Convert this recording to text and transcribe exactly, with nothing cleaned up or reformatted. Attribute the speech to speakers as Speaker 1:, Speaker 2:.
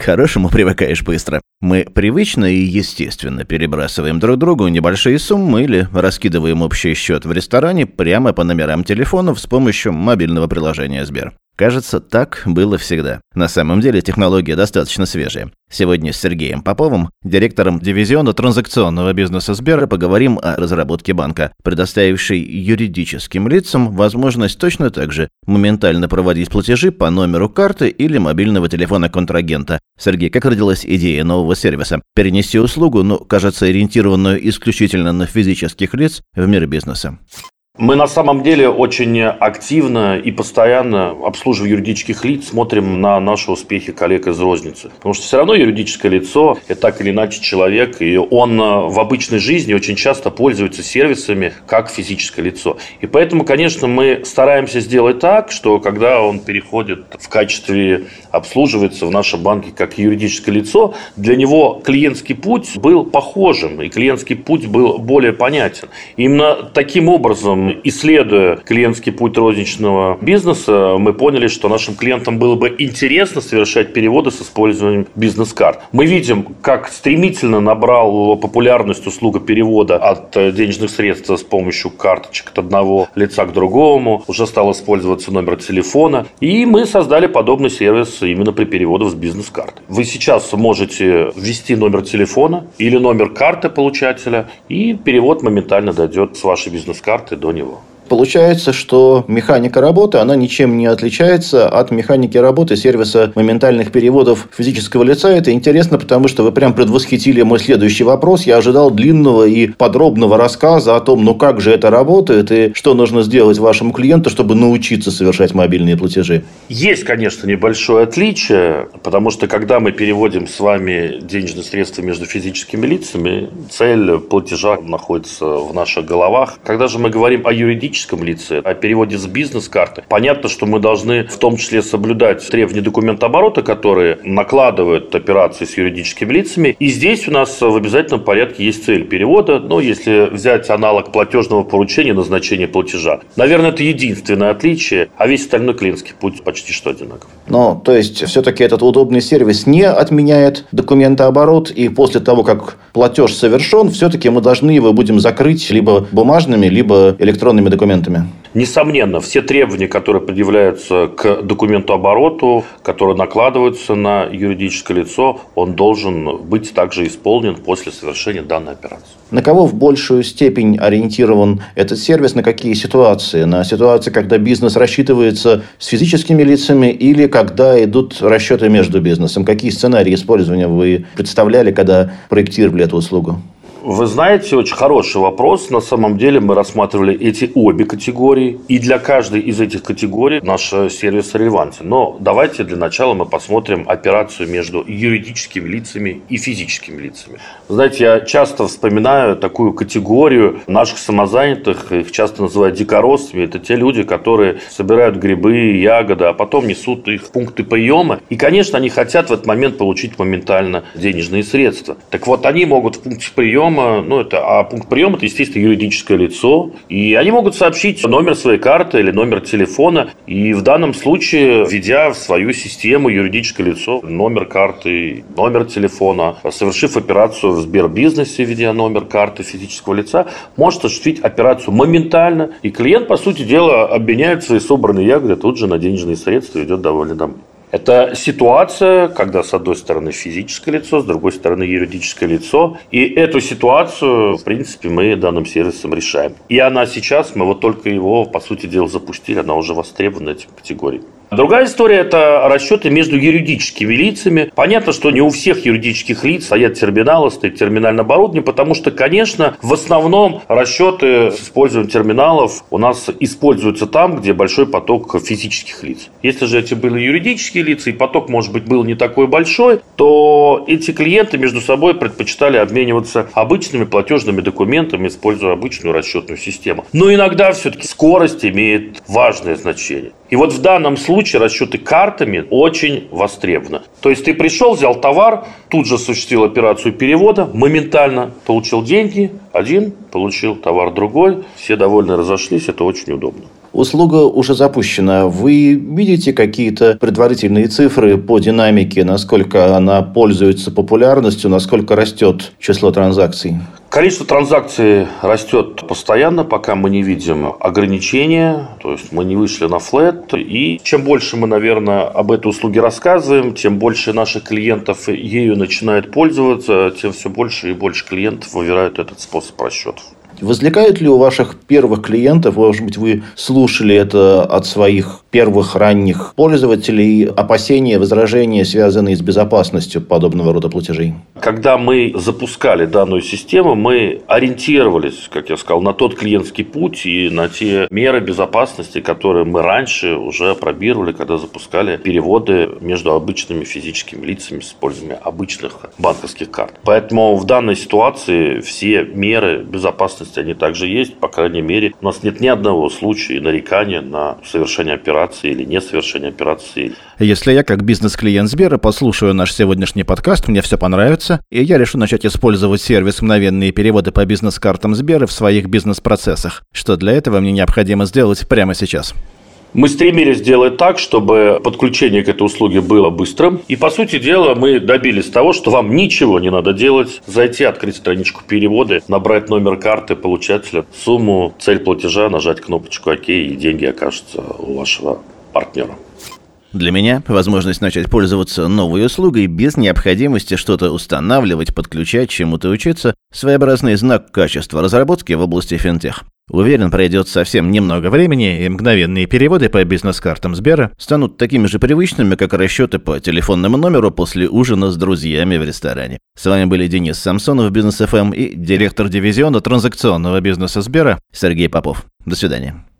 Speaker 1: хорошему привыкаешь быстро. Мы привычно и естественно перебрасываем друг другу небольшие суммы или раскидываем общий счет в ресторане прямо по номерам телефонов с помощью мобильного приложения Сбер. Кажется, так было всегда. На самом деле технология достаточно свежая. Сегодня с Сергеем Поповым, директором дивизиона транзакционного бизнеса Сбера, поговорим о разработке банка, предоставившей юридическим лицам возможность точно так же моментально проводить платежи по номеру карты или мобильного телефона контрагента. Сергей, как родилась идея нового сервиса? Перенести услугу, ну, кажется, ориентированную исключительно на физических лиц, в мир бизнеса.
Speaker 2: Мы на самом деле очень активно и постоянно, обслуживая юридических лиц, смотрим на наши успехи коллег из розницы. Потому что все равно юридическое лицо – это так или иначе человек, и он в обычной жизни очень часто пользуется сервисами как физическое лицо. И поэтому, конечно, мы стараемся сделать так, что когда он переходит в качестве, обслуживается в нашем банке как юридическое лицо, для него клиентский путь был похожим, и клиентский путь был более понятен. Именно таким образом, исследуя клиентский путь розничного бизнеса, мы поняли, что нашим клиентам было бы интересно совершать переводы с использованием бизнес-карт. Мы видим, как стремительно набрал популярность услуга перевода от денежных средств с помощью карточек от одного лица к другому. Уже стал использоваться номер телефона. И мы создали подобный сервис именно при переводах с бизнес-карты. Вы сейчас можете ввести номер телефона или номер карты получателя, и перевод моментально дойдет с вашей бизнес-карты до него.
Speaker 3: Получается, что механика работы, она ничем не отличается от механики работы сервиса моментальных переводов физического лица. Это интересно, потому что вы прям предвосхитили мой следующий вопрос. Я ожидал длинного и подробного рассказа о том, ну как же это работает и что нужно сделать вашему клиенту, чтобы научиться совершать мобильные платежи.
Speaker 2: Есть, конечно, небольшое отличие, потому что когда мы переводим с вами денежные средства между физическими лицами, цель платежа находится в наших головах. Когда же мы говорим о юридическом лице, о переводе с бизнес-карты, понятно, что мы должны в том числе соблюдать требования документооборота, которые накладывают операции с юридическими лицами. И здесь у нас в обязательном порядке есть цель перевода. Но если взять аналог платежного поручения, назначения платежа, наверное, это единственное отличие, а весь остальной клиентский путь почти что одинаков.
Speaker 3: Ну, то есть, все-таки этот удобный сервис не отменяет документооборот, и после того, как платеж совершен, все-таки мы должны его будем закрыть либо бумажными, либо электронными документами.
Speaker 2: Несомненно, все требования, которые предъявляются к документообороту, которые накладываются на юридическое лицо, он должен быть также исполнен после совершения данной операции.
Speaker 3: На кого в большую степень ориентирован этот сервис, на какие ситуации? На ситуации, когда бизнес рассчитывается с физическими лицами или когда идут расчеты между бизнесом? Какие сценарии использования вы представляли, когда проектировали эту услугу?
Speaker 2: Вы знаете, очень хороший вопрос. На самом деле мы рассматривали эти обе категории. И для каждой из этих категорий наш сервис релевантен. Но давайте для начала мы посмотрим операцию между юридическими лицами и физическими лицами. Знаете, я часто вспоминаю такую категорию наших самозанятых. Их часто называют дикоросами. Это те люди, которые собирают грибы, ягоды, а потом несут их в пункты приема. И, конечно, они хотят в этот момент получить моментально денежные средства. Так вот, они могут в пункте приема, ну, это, а пункт приема – это, естественно, юридическое лицо. И они могут сообщить номер своей карты или номер телефона. И в данном случае, введя в свою систему юридическое лицо номер карты, номер телефона, совершив операцию в Сбербизнесе, введя номер карты физического лица, может осуществить операцию моментально. И клиент, по сути дела, обменяет свои собранные ягоды тут же на денежные средства и идет довольно домой. Это ситуация, когда с одной стороны физическое лицо, с другой стороны юридическое лицо. И эту ситуацию, в принципе, мы данным сервисом решаем. И она сейчас, мы вот только его, по сути дела, запустили, она уже востребована этим категорией. Другая история – это расчеты между юридическими лицами. Понятно, что не у всех юридических лиц стоят терминалы, стоит терминальное оборудование, потому что, конечно, в основном расчеты с использованием терминалов у нас используются там, где большой поток физических лиц. Если же эти были юридические лица, и поток, может быть, был не такой большой, то эти клиенты между собой предпочитали обмениваться обычными платежными документами, используя обычную расчетную систему. Но иногда все-таки скорость имеет важное значение. И вот в данном случае расчеты картами очень востребованы. То есть ты пришел, взял товар, тут же осуществил операцию перевода, моментально получил деньги один, получил товар другой, все довольны, разошлись, это очень удобно.
Speaker 3: Услуга уже запущена. Вы видите какие-то предварительные цифры по динамике, насколько она пользуется популярностью, насколько растет число транзакций?
Speaker 2: Количество транзакций растет постоянно, пока мы не видим ограничения, то есть мы не вышли на флэт. И чем больше мы, наверное, об этой услуге рассказываем, тем больше наших клиентов ею начинает пользоваться, тем все больше и больше клиентов выбирают этот способ расчетов.
Speaker 3: Возникают ли у ваших первых клиентов, может быть, вы слушали это от своих первых ранних пользователей, опасения, возражения, связанные с безопасностью подобного рода платежей?
Speaker 2: Когда мы запускали данную систему, мы ориентировались, как я сказал, на тот клиентский путь и на те меры безопасности, которые мы раньше уже опробировали, когда запускали переводы между обычными физическими лицами с использованием обычных банковских карт. Поэтому в данной ситуации все меры безопасности они также есть, по крайней мере, у нас нет ни одного случая нарекания на совершение операции или несовершение операции.
Speaker 1: Если я, как бизнес-клиент Сбера, послушаю наш сегодняшний подкаст, мне все понравится, и я решу начать использовать сервис «Мгновенные переводы» по бизнес-картам Сбера в своих бизнес-процессах. Что для этого мне необходимо сделать прямо сейчас?
Speaker 2: Мы стремились сделать так, чтобы подключение к этой услуге было быстрым. И, по сути дела, мы добились того, что вам ничего не надо делать. Зайти, открыть страничку перевода, набрать номер карты получателя, сумму, цель платежа, нажать кнопочку «Ок», и деньги окажутся у вашего партнера.
Speaker 1: Для меня возможность начать пользоваться новой услугой без необходимости что-то устанавливать, подключать, чему-то учиться – своеобразный знак качества разработки в области финтех. Уверен, пройдет совсем немного времени, и мгновенные переводы по бизнес-картам Сбера станут такими же привычными, как расчеты по телефонному номеру после ужина с друзьями в ресторане. С вами были Денис Самсонов, Бизнес эф эм, и директор дивизиона транзакционного бизнеса Сбера Сергей Попов. До свидания.